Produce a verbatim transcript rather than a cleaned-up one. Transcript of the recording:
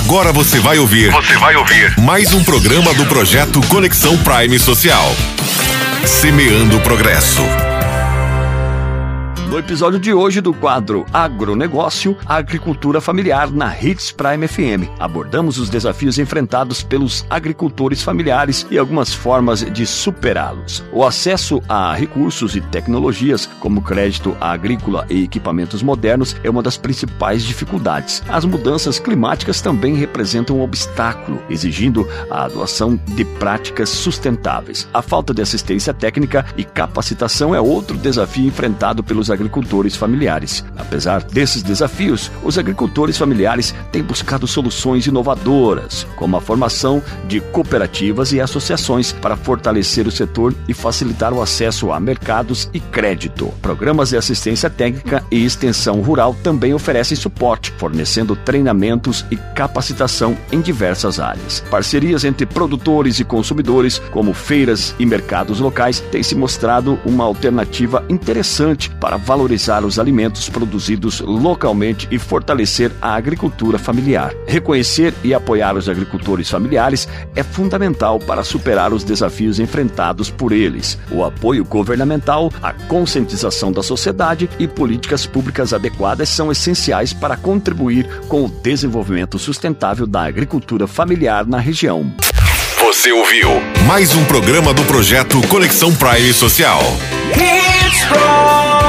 Agora você vai ouvir. Você vai ouvir mais um programa do projeto Conexão Prime Social. Semeando o Progresso. No episódio de hoje do quadro Agronegócio, a agricultura familiar na Hits Prime F M. Abordamos os desafios enfrentados pelos agricultores familiares e algumas formas de superá-los. O acesso a recursos e tecnologias, como crédito agrícola e equipamentos modernos, é uma das principais dificuldades. As mudanças climáticas também representam um obstáculo, exigindo a adoção de práticas sustentáveis. A falta de assistência técnica e capacitação é outro desafio enfrentado pelos agricultores agricultores familiares. Apesar desses desafios, os agricultores familiares têm buscado soluções inovadoras, como a formação de cooperativas e associações para fortalecer o setor e facilitar o acesso a mercados e crédito. Programas de assistência técnica e extensão rural também oferecem suporte, fornecendo treinamentos e capacitação em diversas áreas. Parcerias entre produtores e consumidores, como feiras e mercados locais, têm se mostrado uma alternativa interessante para valorizar os alimentos produzidos localmente e fortalecer a agricultura familiar. Reconhecer e apoiar os agricultores familiares é fundamental para superar os desafios enfrentados por eles. O apoio governamental, a conscientização da sociedade e políticas públicas adequadas são essenciais para contribuir com o desenvolvimento sustentável da agricultura familiar na região. Você ouviu mais um programa do projeto Conexão Prime Social. Hits Prime.